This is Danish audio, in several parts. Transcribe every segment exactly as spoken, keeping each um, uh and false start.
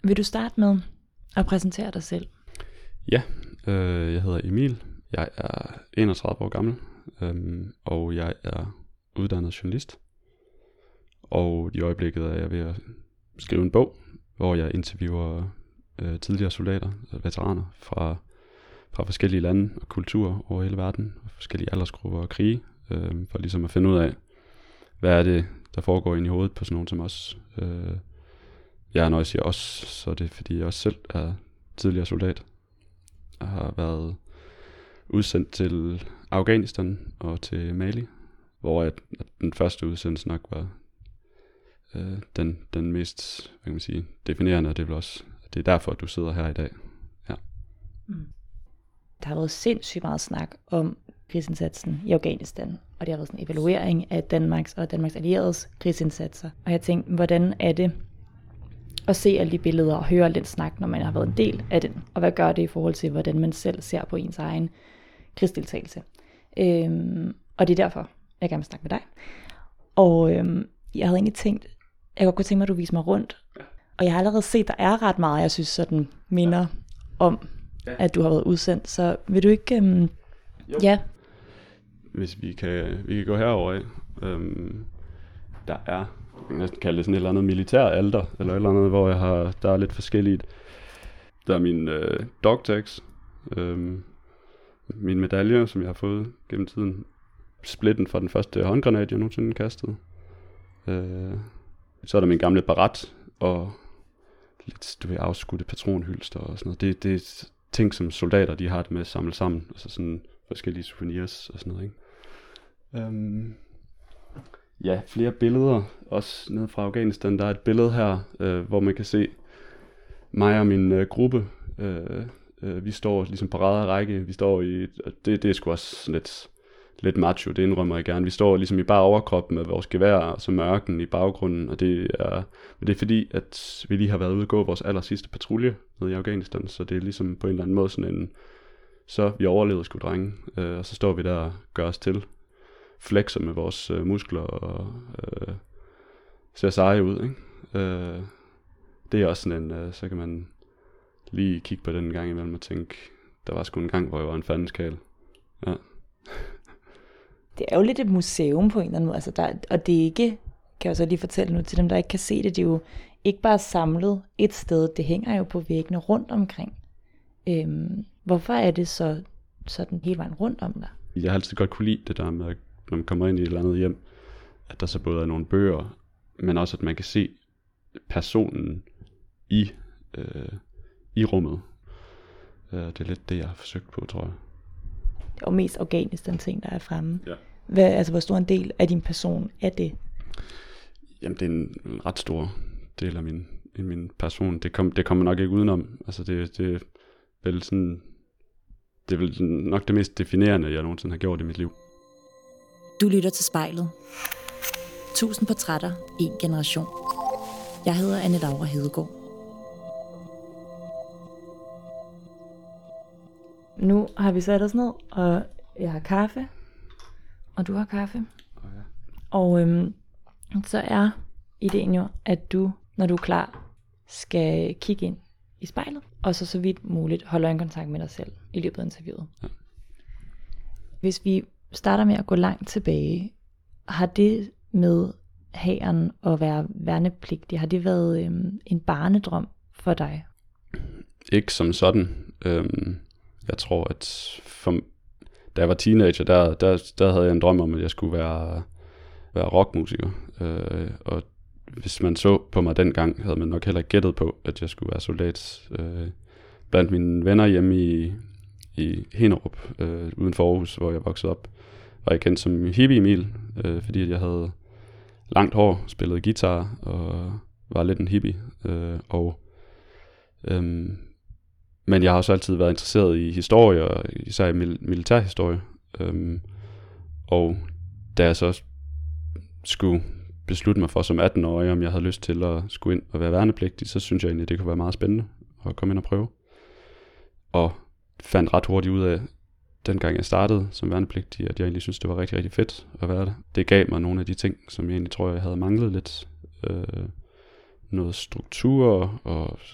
Vil du starte med at præsentere dig selv? Ja, øh, jeg hedder Emil. Jeg er enogtredive år gammel, øh, og jeg er uddannet journalist. Og i øjeblikket er jeg ved at skrive en bog, hvor jeg interviewer øh, tidligere soldater, veteraner fra, fra forskellige lande og kulturer over hele verden, og forskellige aldersgrupper og krige, øh, for ligesom at finde ud af, hvad er det, der foregår inde i hovedet på sådan nogen som os. Øh, jeg, når jeg siger os, så er det fordi jeg også selv er tidligere soldat. Jeg har været udsendt til Afghanistan og til Mali, hvor at, at den første udsendelse nok var øh, den, den mest, hvad kan man sige, definerende, og det er vel også, det er derfor, at du sidder her i dag. Ja. Mm. Der har været sindssygt meget snak om krigsindsatsen i Afghanistan, og det har været sådan en evaluering af Danmarks og Danmarks allieredes krigsindsatser. Og jeg tænkte, hvordan er det at se alle de billeder og høre lidt snak, når man har været en del af den, og hvad gør det i forhold til, hvordan man selv ser på ens egen krigsdeltagelse. Øhm, og det er derfor, jeg gerne vil snakke med dig. Og øhm, jeg havde egentlig tænkt, jeg godt kunne tænke mig, at du viser mig rundt. Ja. Og jeg har allerede set, der er ret meget, jeg synes sådan minder ja. om, ja. at du har været udsendt. Så vil du ikke... Øhm, ja. Hvis vi kan, vi kan gå herover af. Øhm, der er, jeg kan næsten kalde det sådan et eller andet militær alter, eller et eller andet, hvor jeg har, der er lidt forskelligt. Der er min øh, dog tags, øhm, min medalje, som jeg har fået gennem tiden. Splitten fra den første håndgranat, jeg nogensinde kastede. Øh, så er der min gamle barat, og lidt, du ved, afskudte patronhylster og sådan noget. Det, det er ting, som soldater, de har det med at samle sammen. Altså sådan forskellige souvenirs og sådan noget, ikke? Øhm, ja, flere billeder. Også nede fra Afghanistan, der er et billede her, øh, hvor man kan se mig og min øh, gruppe. Øh, øh, vi står ligesom på række række. Vi står i, det, det er sgu også lidt, lidt macho, det indrømmer jeg gerne. Vi står ligesom i bare overkrop med vores gevær og så mørken i baggrunden, og det er, det er fordi, at vi lige har været ude og gå vores aller sidste patrulje nede i Afghanistan, så det er ligesom på en eller anden måde sådan en, så vi overlevede sgu, drenge, øh, og så står vi der og gør os til, flexer med vores øh, muskler og øh, ser seje ud, ikke? Øh, det er også sådan en, øh, så kan man lige kigge på den gang imellem og tænke, der var sgu en gang, hvor jeg var en fandenskal. Ja. Det er jo lidt et museum på en eller anden måde, altså der, og det er ikke, kan jeg så lige fortælle nu til dem, der ikke kan se det, det er jo ikke bare samlet et sted, det hænger jo på væggene rundt omkring. Øhm, hvorfor er det så sådan hele vejen rundt om dig? Jeg har altid godt kunne lide det der med, når man kommer ind i et eller andet hjem, at der så både er nogle bøger, men også at man kan se personen i, øh, i rummet. Det er lidt det, jeg har forsøgt på, tror jeg. Det er jo mest Afghanistan ting, der er fremme. Ja. Hvad, altså, hvor stor en del af din person er det? Jamen, det er en, en ret stor del af min, af min person. Det, kom, det kommer nok ikke udenom. Altså, det, det er vel sådan, det er vel nok det mest definerende, jeg nogensinde har gjort i mit liv. Du lytter til Spejlet. Tusind portrætter, en generation. Jeg hedder Anne Laura Hedegaard. Nu har vi sat os ned, og jeg har kaffe, og du har kaffe. Oh, ja. Og øhm, så er ideen jo, at du, når du er klar, skal kigge ind i spejlet, og så så vidt muligt holde øjenkontakt med dig selv i løbet af interviewet. Ja. Hvis vi starter med at gå langt tilbage, har det med hæren at være værnepligtig, har det været øhm, en barnedrøm for dig? Ikke som sådan. Øhm, jeg tror, at for, da jeg var teenager, der, der, der havde jeg en drøm om, at jeg skulle være, være rockmusiker. Øh, og hvis man så på mig dengang, havde man nok heller ikke gættet på, at jeg skulle være soldat. Øh, blandt mine venner hjemme i, i Hinderup, øh, uden for Aarhus, hvor jeg voksede op, var jeg kendt som Hippie Emil, øh, fordi jeg havde langt hår, spillede guitar og var lidt en hippie. Øh, og, øh, men jeg har også altid været interesseret i historie, og især i mil- militærhistorie. Øh, og da jeg så skulle beslutte mig for som atten-årig, om jeg havde lyst til at skulle ind og være værnepligtig, så synes jeg egentlig, det kunne være meget spændende at komme ind og prøve. Og fandt ret hurtigt ud af, dengang jeg startede som værnepligtig, at jeg egentlig synes, det var rigtig, rigtig fedt at være der. Det gav mig nogle af de ting, som jeg egentlig tror, jeg havde manglet lidt. Øh, noget struktur og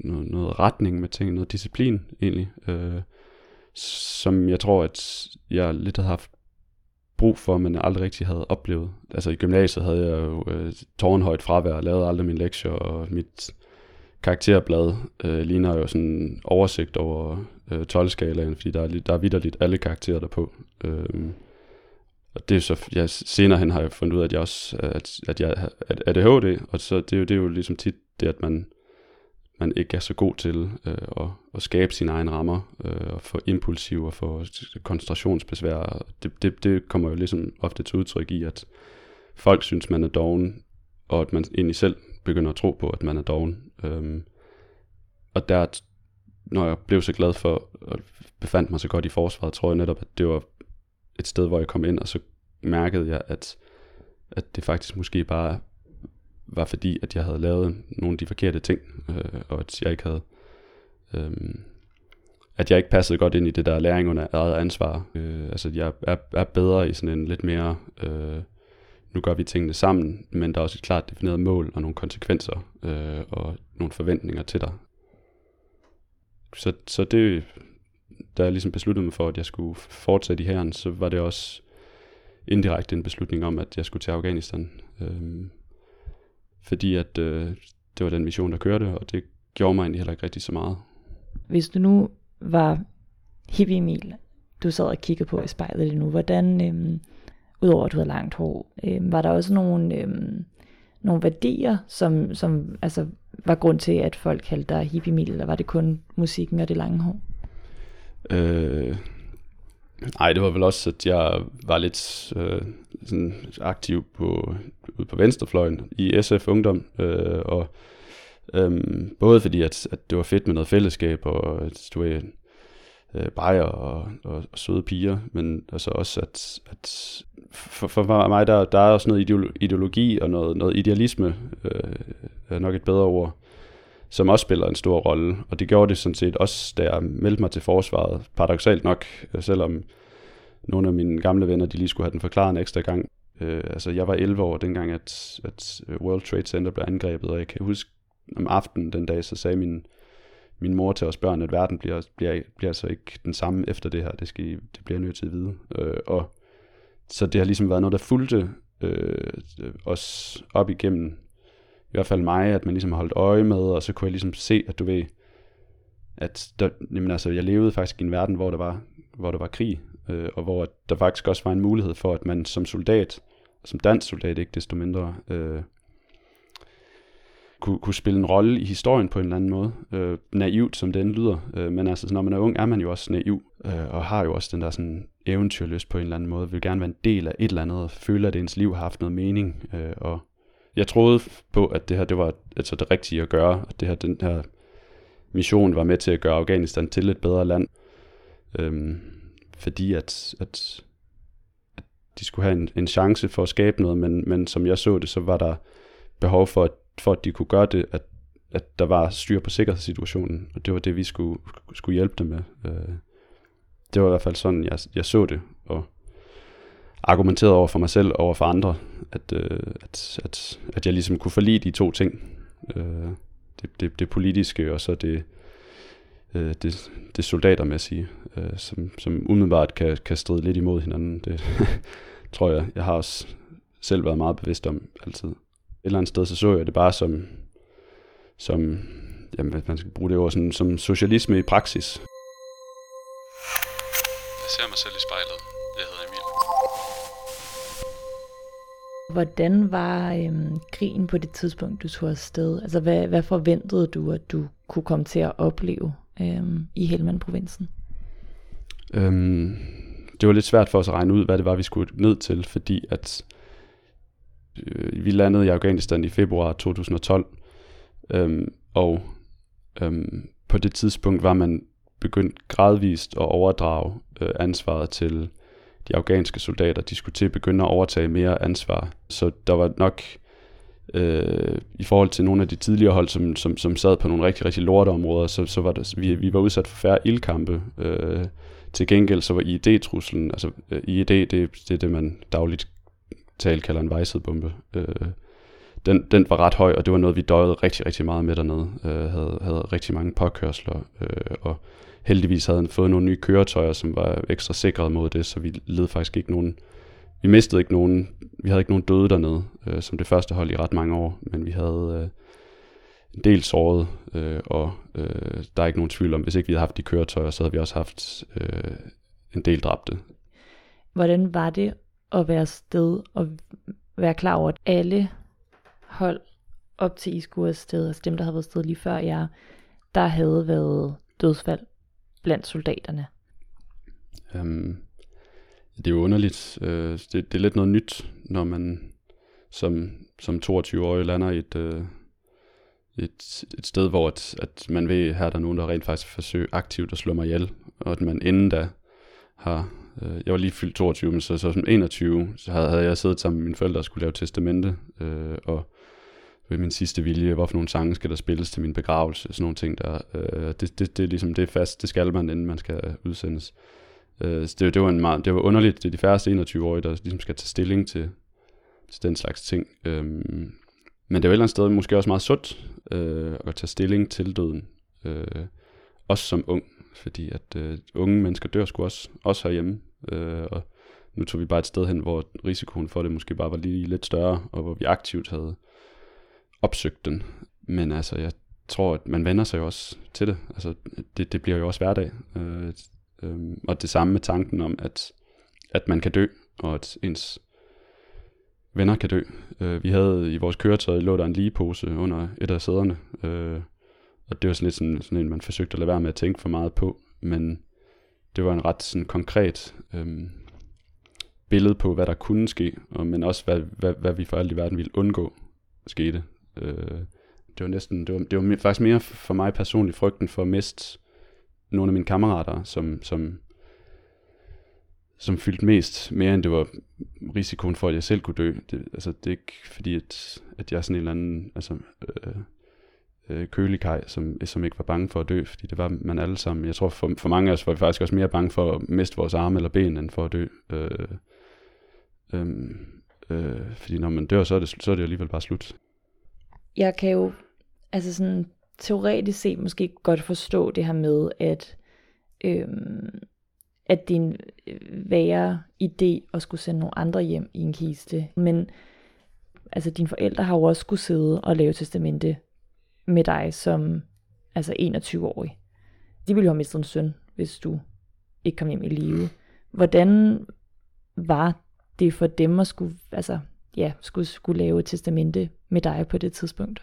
noget, noget retning med ting, noget disciplin egentlig, øh, som jeg tror, at jeg lidt havde haft brug for, men jeg aldrig rigtig havde oplevet. Altså i gymnasiet havde jeg jo øh, tårnhøjt fravær, lavede aldrig mine lektier, og mit karakterblad øh, ligner jo sådan en oversigt over øh, tolv-skalaen, fordi der er, der er vitterligt alle karakterer derpå. Øh, og det er så, ja, senere hen har jeg fundet ud af, at jeg også, at, at jeg er A D H D, og så det er jo, det er jo ligesom tit det, at man, man ikke er så god til øh, at, at skabe sine egne rammer, øh, og få impulsiv og få koncentrationsbesvær. Det, det, det kommer jo ligesom ofte til udtryk i, at folk synes, man er doven, og at man egentlig selv begynder at tro på, at man er doven. Øhm, og der, når jeg blev så glad for, og befandt mig så godt i forsvaret, tror jeg netop, at det var et sted, hvor jeg kom ind, og så mærkede jeg, at, at det faktisk måske bare var fordi, at jeg havde lavet nogle af de forkerte ting, øh, og at jeg ikke havde, øh, at jeg ikke passede godt ind i det der læring under eget ansvar. Øh, altså jeg er, er bedre i sådan en lidt mere, øh, nu gør vi tingene sammen, men der er også et klart defineret mål og nogle konsekvenser øh, og nogle forventninger til dig. Så, så det, da jeg ligesom besluttede mig for, at jeg skulle fortsætte i hæren, så var det også indirekte en beslutning om, at jeg skulle til Afghanistan. Øh, fordi at øh, det var den mission, der kørte, og det gjorde mig egentlig heller ikke rigtig så meget. Hvis du nu var hippie Emil, du sad og kiggede på i spejlet lige nu, hvordan, øhm, udover at du havde langt hår, øhm, var der også nogle, øhm, nogle værdier, som, som altså, var grund til, at folk kaldte dig hippie Emil, eller var det kun musikken og det lange hår? Øh, nej, det var vel også, at jeg var lidt øh, sådan aktiv på, ude på venstrefløjen i S F Ungdom, øh, og øhm, både fordi, at, at det var fedt med noget fællesskab, og at du er øh, bajer og, og, og søde piger, men altså også, at, at for, for mig, der, der er også noget ideologi og noget, noget idealisme, øh, er nok et bedre ord, som også spiller en stor rolle, og det gjorde det sådan set også, da jeg meldte mig til forsvaret, paradoksalt nok, selvom nogle af mine gamle venner, de lige skulle have den forklaret en ekstra gang. Øh, altså, jeg var elleve år dengang, at, at World Trade Center blev angrebet, og jeg kan huske, om aftenen den dag, så sagde min, min mor til os børn, at verden bliver, bliver, bliver altså ikke den samme efter det her, det, skal I, det bliver jeg nødt til at vide. Øh, og så det har ligesom været noget, der fulgte øh, os op igennem, i hvert fald mig, at man ligesom har holdt øje med, og så kunne jeg ligesom se, at du ved, at der, jamen altså, jeg levede faktisk i en verden, hvor der var, hvor der var krig, øh, og hvor der faktisk også var en mulighed for, at man som soldat, som dansk soldat ikke desto mindre, øh, kunne, kunne spille en rolle i historien på en eller anden måde. Øh, naivt, som den lyder, øh, men altså, når man er ung, er man jo også naiv, øh, og har jo også den der sådan eventyrlyst på en eller anden måde, vil gerne være en del af et eller andet, og føle, at ens liv har haft noget mening, øh, og jeg troede på, at det her, det var altså det rigtige at gøre, og det her, den her mission var med til at gøre Afghanistan til et bedre land, øhm, fordi at, at, at de skulle have en, en chance for at skabe noget, men, men som jeg så det, så var der behov for, at, for at de kunne gøre det, at, at der var styr på sikkerhedssituationen, og det var det, vi skulle, skulle hjælpe dem med. Øh, det var i hvert fald sådan, jeg, jeg så det, og argumenteret over for mig selv og over for andre, at, øh, at, at, at jeg ligesom kunne forlige de to ting. Øh, det, det, det politiske og så det, øh, det, det soldatermæssige, øh, som, som umiddelbart kan, kan stride lidt imod hinanden. Det tror jeg, jeg har også selv været meget bevidst om altid. Et eller andet sted, så så jeg det bare som, som jamen, man skal bruge det ord, sådan, som socialisme i praksis. Jeg ser mig selv i spejlet. Jeg hedder Emil. Hvordan var øhm, krigen på det tidspunkt, du tog afsted? Altså, hvad, hvad forventede du, at du kunne komme til at opleve øhm, i Helmand-provinsen? Øhm, det var lidt svært for os at regne ud, hvad det var, vi skulle ned til, fordi at øh, vi landede i Afghanistan i februar to tusind og tolv, øhm, og øhm, på det tidspunkt var man begyndt gradvist at overdrage øh, ansvaret til de afghanske soldater. De skulle til at begynde at overtage mere ansvar. Så der var nok, øh, i forhold til nogle af de tidligere hold, som, som, som sad på nogle rigtig, rigtig lorteområder, så, så var der, vi, vi var udsat for færre ildkampe. Øh, til gengæld så var I E D-truslen, altså I E D, det, det er det, man dagligt talt kalder en vejsidebombe. Øh, den, den var ret høj, og det var noget, vi døjede rigtig, rigtig meget med dernede. Øh, havde, havde rigtig mange påkørsler, øh, og heldigvis havde han fået nogle nye køretøjer, som var ekstra sikret mod det, så vi led faktisk ikke nogen, vi mistede ikke nogen, vi havde ikke nogen døde dernede, øh, som det første hold i ret mange år, men vi havde øh, en del såret, øh, og øh, der er ikke nogen tvivl om, hvis ikke vi havde haft de køretøjer, så havde vi også haft øh, en del dræbte. Hvordan var det at være sted og være klar over, at alle hold op til I skulle afsted, altså dem, der havde været sted lige før jer, der havde været dødsfald blandt soldaterne? Um, det er jo underligt. Uh, det, det er lidt noget nyt, når man som, som toogtyve-årig lander i et, uh, et, et sted, hvor at, at man ved, her er der nogen, der rent faktisk forsøger aktivt at slå mig ihjel, og at man inden da har... Uh, jeg var lige fyldt toogtyve, men så, så som enogtyve, så havde, havde jeg siddet sammen med mine forældre og skulle lave testamente, uh, og ved min sidste vilje, hvorfor nogle sange skal der spilles til min begravelse, sådan nogle ting der. Øh, det, det, det er ligesom, det er fast, det skal man, inden man skal udsendes. Øh, så det, det, var en meget, det var underligt, det er de færreste enogtyve-årige, der ligesom skal tage stilling til, til den slags ting. Øh, men det er jo et eller andet sted måske også meget sundt øh, at tage stilling til døden, øh, også som ung, fordi at øh, unge mennesker dør sgu også, også herhjemme, øh, og nu tog vi bare et sted hen, hvor risikoen for det måske bare var lige lidt større, og hvor vi aktivt havde opsøgt den, men altså jeg tror, at man vender sig jo også til det, altså det, det bliver jo også hverdag, øh, øh, og det samme med tanken om, at, at man kan dø, og at ens venner kan dø. Øh, vi havde i vores køretøj, lå der en ligepose under et af sæderne, øh, og det var sådan lidt sådan, sådan en, man forsøgte at lade være med at tænke for meget på, men det var en ret sådan konkret øh, billede på, hvad der kunne ske, og, men også hvad, hvad, hvad vi for alt i verden ville undgå skete. Det var næsten, det var, det var faktisk mere for mig personligt frygten for at miste nogle af mine kammerater, som, som, som fyldte mest, mere end det var risikoen for, at jeg selv kunne dø. Det, altså, det er ikke fordi, at, at jeg er sådan en eller anden altså, øh, øh, køligkaj, som, som ikke var bange for at dø, fordi det var man alle sammen. Jeg tror, for, for mange af os var vi faktisk også mere bange for at miste vores arme eller ben, end for at dø. Øh, øh, øh, fordi når man dør, så er det, så er det alligevel bare slut. Jeg kan jo altså sådan teoretisk set måske godt forstå det her med, at, øhm, at det er en værre idé at skulle sende nogle andre hjem i en kiste. Men altså dine forældre har jo også skulle sidde og lave testamente med dig som altså enogtyve-årig. De ville jo have mistet en søn, hvis du ikke kom hjem i live. Hvordan var det for dem at skulle, altså, ja, skulle, skulle lave et testamente med dig på det tidspunkt?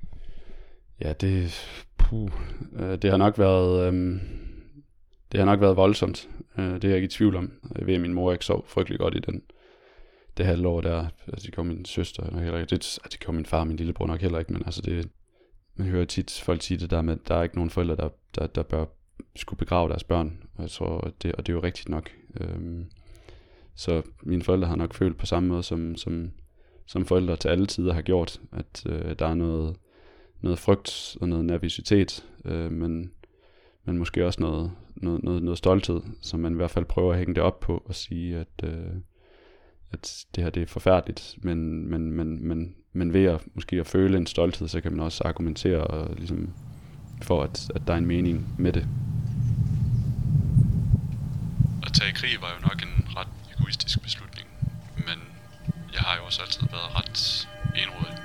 Ja, det, puh, det har nok været, øhm, det har nok været voldsomt. Det er jeg ikke i tvivl om. Jeg ved, at min mor ikke sov frygtelig godt i den, det halvår der. Altså, det gjorde min søster nok heller ikke. Det, det gjorde min far og min lillebror nok heller ikke, men altså det, man hører tit folk sige det der med, at der er ikke nogen forældre, der, der, der bør skulle begrave deres børn. Og jeg tror, det, og det er jo rigtigt nok. Øhm, så mine forældre har nok følt på samme måde, som, som, som forældre til alle tider har gjort, at øh, der er noget, noget frygt og noget nervøsitet, øh, men, men måske også noget, noget, noget, noget stolthed, som man i hvert fald prøver at hænge det op på og sige, at, øh, at det her det er forfærdeligt, men, men, men, men, men ved at måske at føle en stolthed, så kan man også argumentere og, ligesom, for, at, at der er en mening med det. At tage i krig var jo nok en ret egoistisk beslutning, men jeg har jo også altid været ret enrådig.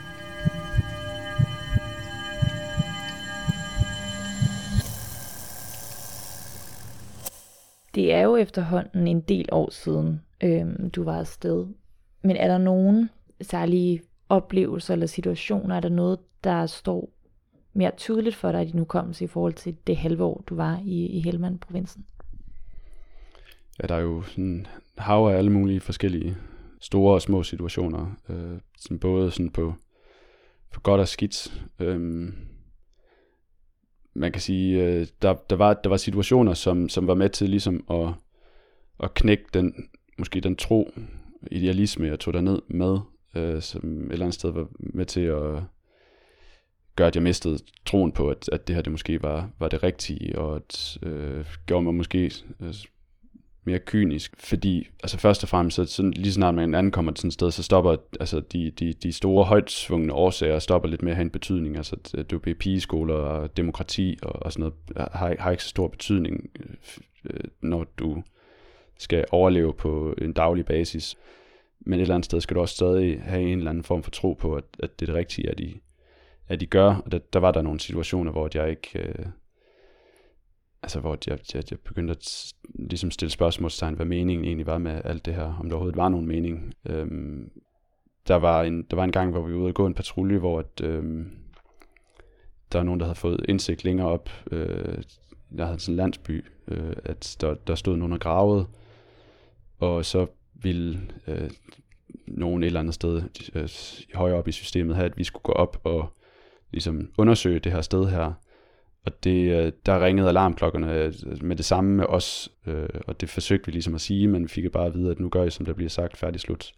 Det er jo efterhånden en del år siden, øhm, du var afsted. Men er der nogen særlige oplevelser eller situationer? Er der noget, der står mere tydeligt for dig i din hukommelse i forhold til det halve år, du var i, i Helmand-provinsen? Ja, der er jo sådan hav af alle mulige forskellige store og små situationer, øh, som både sådan på, på godt og skidt. Øhm, man kan sige, øh, der, der, var, der var situationer, som, som var med til ligesom at, at knække den, måske den tro, idealisme, jeg tog derned med, øh, som et eller andet sted var med til at gøre, at jeg mistede troen på, at, at det her det måske var, var det rigtige, og at øh, gjorde mig måske... Øh, mere kynisk, fordi altså først og fremmest, så sådan, lige snart man ankommer til sådan et sted, så stopper altså de, de, de store højtsvungne årsager stopper lidt med at have en betydning. Altså D P P-skoler og demokrati og, og sådan noget har, har ikke så stor betydning, når du skal overleve på en daglig basis. Men et eller andet sted skal du også stadig have en eller anden form for tro på, at, at det er det rigtige, at de, at de gør. Og der, der var der nogle situationer, hvor jeg ikke... Øh, altså hvor jeg, jeg, jeg begyndte at ligesom stille spørgsmålstegn, hvad meningen egentlig var med alt det her, om der overhovedet var nogen mening. Øhm, der, var en, der var en gang, hvor vi var ude og gå en patrulje, hvor at, øhm, der var nogen, der havde fået indsigt længere op. Øh, der havde sådan en landsby, øh, at der, der stod nogen og gravede, og så ville øh, nogen et eller andet sted øh, højere op i systemet have, at vi skulle gå op og ligesom undersøge det her sted her. Og det, der ringede alarmklokkerne med det samme med os, øh, og det forsøgte vi ligesom at sige, men vi fik bare at vide, at nu gør I, som der bliver sagt, færdig slut.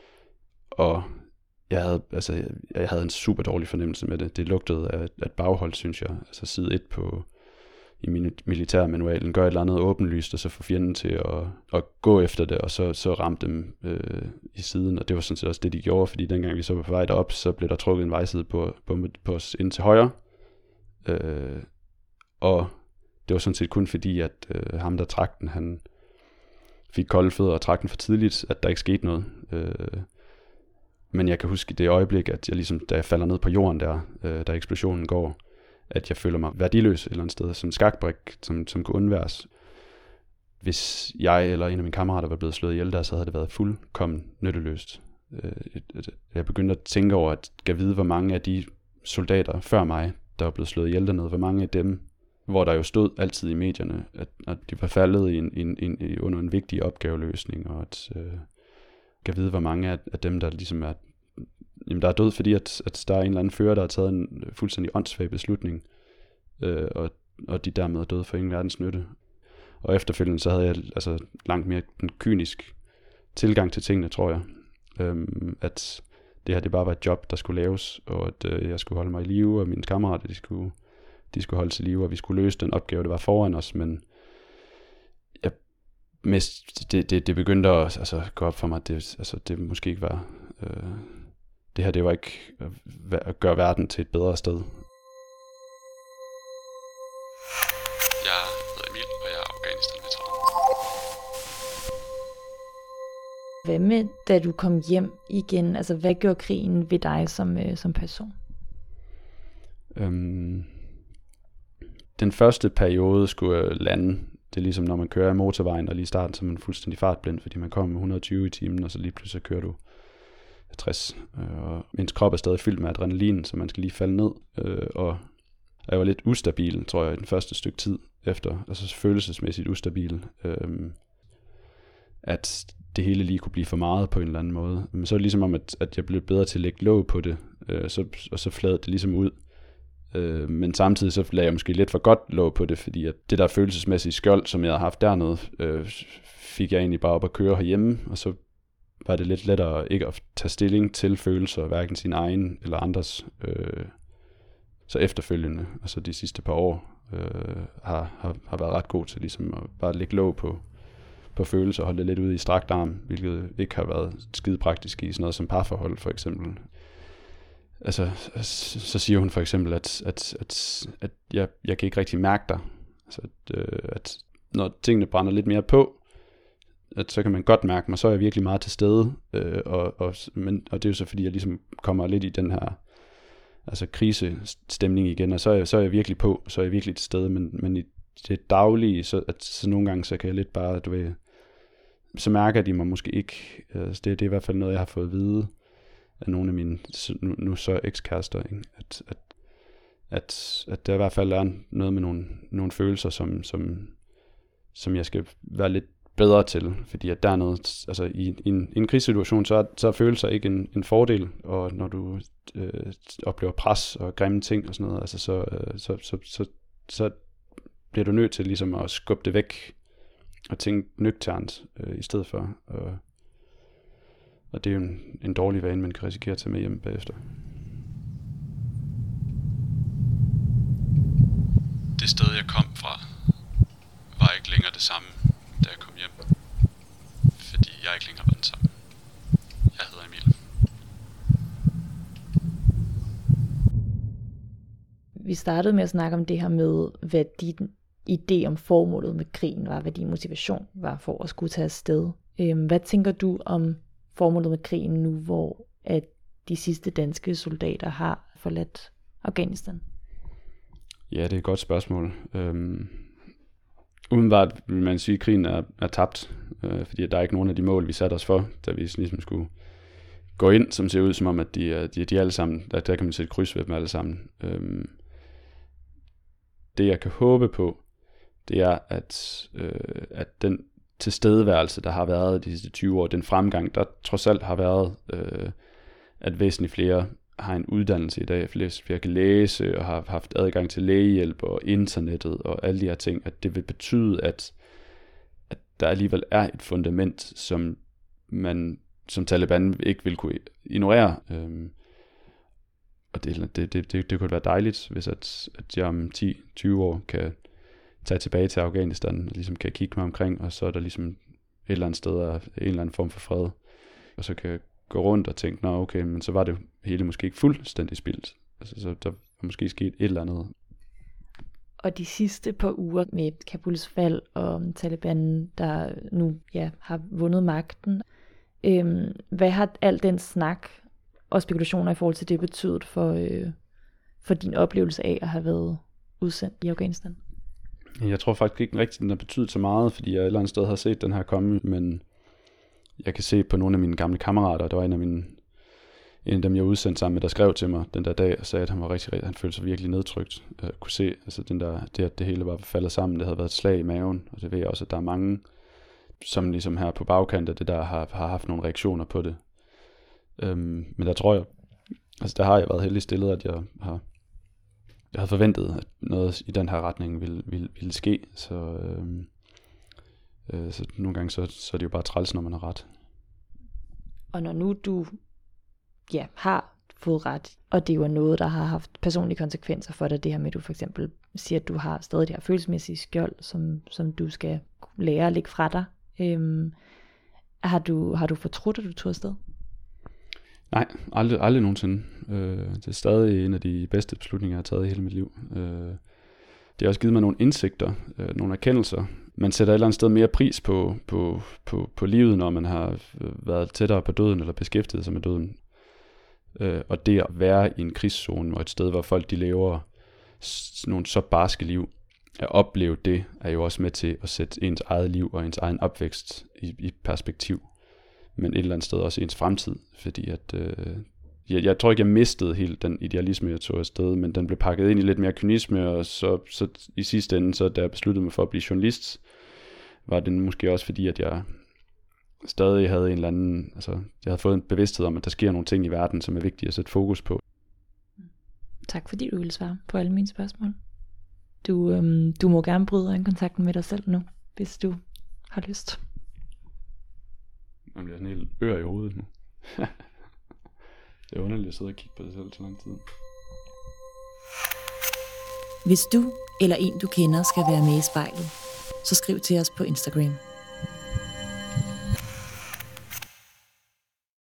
Og jeg havde, altså, jeg havde en super dårlig fornemmelse med det. Det lugtede af, af baghold, synes jeg. Altså side et på, i min militærmanualen, gør et eller andet åbenlyst, og så få fjenden til at, at gå efter det, og så, så ramte dem øh, i siden. Og det var sådan set også det, de gjorde, fordi dengang vi så var på vej derop, så blev der trukket en vejside på, på, på os ind til højre. Øh, og det var sådan set kun fordi, at øh, ham der trak den, han fik kolde fødder og trak den for tidligt, at der ikke skete noget. Øh, men jeg kan huske i det øjeblik, at jeg ligesom, da jeg falder ned på jorden der, øh, da eksplosionen går, at jeg føler mig værdiløs et eller andet sted, som en skakbrik, som, som kunne undværes. Hvis jeg eller en af mine kammerater var blevet slået ihjel der, så havde det været fuldkommen nytteløst. Øh, jeg begyndte at tænke over, at jeg vide, hvor mange af de soldater før mig, der var blevet slået ihjel dernede, hvor mange af dem, hvor der jo stod altid i medierne, at, at de var faldet i en, en, en, under en vigtig opgaveløsning, og at øh, kan vide, hvor mange af, af dem, der ligesom er, jamen, der er død, fordi at, at der er en eller anden fører, der har taget en fuldstændig åndssvag beslutning, øh, og, og de dermed er døde for ingen verdens nytte. Og efterfølgende, så havde jeg altså langt mere en kynisk tilgang til tingene, tror jeg, øhm, at det her, det bare var et job, der skulle laves, og at øh, jeg skulle holde mig i live, og mine kammerater, de skulle, de skulle holde sig i live, og vi skulle løse den opgave, der var foran os, men jeg mest, det, det, det begyndte at altså, gå op for mig, at det, altså, det måske ikke var, øh, det her, det var ikke at, at gøre verden til et bedre sted. Jeg hedder Emil, og jeg er Afghanistan-veteran. Hvad med, da du kom hjem igen? Altså, hvad gjorde krigen ved dig som, øh, som person? Øhm, den første periode skulle jeg lande. Det er ligesom, når man kører i motorvejen, og lige i starten, så er man fuldstændig fartblind, fordi man kommer med et hundrede og tyve i timen, og så lige pludselig kører du tres. Og ens krop er stadig fyldt med adrenalin, så man skal lige falde ned. Øh, og jeg var lidt ustabil, tror jeg, i den første stykke tid efter. Altså følelsesmæssigt ustabil. Øh, at det hele lige kunne blive for meget på en eller anden måde. Men så er det ligesom om, at, at jeg blev bedre til at lægge låg på det, øh, så, og så fladede det ligesom ud. Øh, men samtidig så lagde jeg måske lidt for godt låg på det, fordi at det der følelsesmæssige skjold, som jeg havde haft dernede, øh, fik jeg egentlig bare op at køre herhjemme, og så var det lidt lettere ikke at tage stilling til følelser, hverken sin egen eller andres. Øh, så efterfølgende, altså de sidste par år, øh, har, har, har været ret god til ligesom at bare lægge låg på på følelser og holde det lidt ude i strakt arm, hvilket ikke har været skide praktisk i sådan noget som parforhold for eksempel. Altså, så siger hun for eksempel, at, at, at, at jeg, jeg kan ikke rigtig mærke dig. Altså, at, øh, at når tingene brænder lidt mere på, at så kan man godt mærke mig, så er jeg virkelig meget til stede. Øh, og, og, men, og det er jo så fordi, jeg ligesom kommer lidt i den her altså krisestemning igen, og så er, jeg, så er jeg virkelig på, så er jeg virkelig til stede, men, men i det daglige, så, at, så nogle gange, så kan jeg lidt bare, du ved, så mærker de mig måske ikke. Altså det, det er i hvert fald noget, jeg har fået at vide af nogle af mine nu, nu så ekskærester, ikke? At, at, at, at der i hvert fald er noget med nogle, nogle følelser, som, som, som jeg skal være lidt bedre til, fordi at der er noget, altså i, i, en, i en krigssituation, så er, så er følelser ikke en, en fordel, og når du øh, oplever pres og grimme ting og sådan noget, altså så, øh, så, så, så, så bliver du nødt til ligesom at skubbe det væk og tænke nøgternt øh, i stedet for. Og, og det er jo en, en dårlig vane, man kan risikere at tage med hjem bagefter. Det sted, jeg kom fra, var ikke længere det samme, da jeg kom hjem. startede med at snakke om det her med, hvad din idé om formålet med krigen var, hvad din motivation var for at skulle tage afsted. Øhm, hvad tænker du om formålet med krigen nu, hvor at de sidste danske soldater har forladt Afghanistan? Ja, det er et godt spørgsmål. Øhm, udenbart vil man sige, at krigen er, er tabt, øh, fordi der er ikke nogen af de mål, vi satte os for, da vi ligesom skulle gå ind, som ser ud som om, at de er, de, de er alle sammen, der, der kan man sætte kryds ved dem alle sammen. Øhm, det jeg kan håbe på, det er, at, øh, at den tilstedeværelse, der har været de sidste tyve år, den fremgang, der trods alt har været, øh, at væsentligt flere har en uddannelse i dag, flere, flere kan læse og har haft adgang til lægehjælp og internettet og alle de her ting, at det vil betyde, at, at der alligevel er et fundament, som man som Taliban ikke vil kunne ignorere. Øhm, og det, det, det, det, det kunne være dejligt, hvis at, at jeg om ti til tyve år kan tage tilbage til Afghanistan og ligesom kan kigge mig omkring, og så er der ligesom et eller andet sted en eller anden form for fred, og så kan jeg gå rundt og tænke, nå okay, men så var det hele måske ikke fuldstændig spildt. Altså, så der var måske sket et eller andet. Og de sidste par uger med Kabuls fald og Taliban, der nu ja, har vundet magten, øhm, hvad har al den snak og spekulationer i forhold til det betydet for, øh, for din oplevelse af at have været udsendt i Afghanistan? Jeg tror faktisk ikke rigtigt, den har betydet så meget, fordi jeg et eller andet sted har set den her komme, men jeg kan se på nogle af mine gamle kammerater, der var en af mine, en af dem, jeg udsendte sammen med, der skrev til mig den der dag, og sagde, at han var rigtig, han følte sig virkelig nedtrykt. Jeg kunne se, altså den der, det, at det hele var faldet sammen, det havde været et slag i maven, og det ved jeg også, at der er mange, som ligesom her på bagkant af det der, har, har haft nogle reaktioner på det. Øhm, men der tror jeg, altså der har jeg været heldig stillet, at jeg har jeg havde forventet, at noget i den her retning ville, ville, ville ske, så, øhm, øh, så nogle gange så, så er det jo bare træls, når man har ret. Og når nu du ja, har fået ret, og det er jo noget, der har haft personlige konsekvenser for dig, det her med, at du for eksempel siger, at du har stadig det her følelsesmæssige skjold, som, som du skal lære at lægge fra dig. Øhm, har, du, har du fortrudt, at du tog afsted? Nej, aldrig, aldrig nogensinde. Øh, det er stadig en af de bedste beslutninger, jeg har taget i hele mit liv. Øh, det har også givet mig nogle indsigter, øh, nogle erkendelser. Man sætter et eller andet sted mere pris på, på, på, på livet, når man har været tættere på døden, eller beskæftiget sig med døden. Øh, og det at være i en krigszone, og et sted, hvor folk de lever nogle så barske liv, at opleve det, er jo også med til at sætte ens eget liv og ens egen opvækst i, i perspektiv. Men et eller andet sted også ens fremtid, fordi at, øh, jeg, jeg tror ikke, jeg mistede helt den idealisme, jeg tog afsted, men den blev pakket ind i lidt mere kynisme, og så, så i sidste ende, så da jeg besluttede mig for at blive journalist, var det måske også fordi, at jeg stadig havde en eller anden, altså jeg havde fået en bevidsthed om, at der sker nogle ting i verden, som er vigtige at sætte fokus på. Tak fordi du ville svare på alle mine spørgsmål. Du, øhm, du må gerne bryde en kontakten med dig selv nu, hvis du har lyst. Man bliver sådan helt ør i hovedet nu. Det er underligt at sidde og kigge på det selv så lang tid. Hvis du eller en du kender skal være med i spejlet, så skriv til os på Instagram.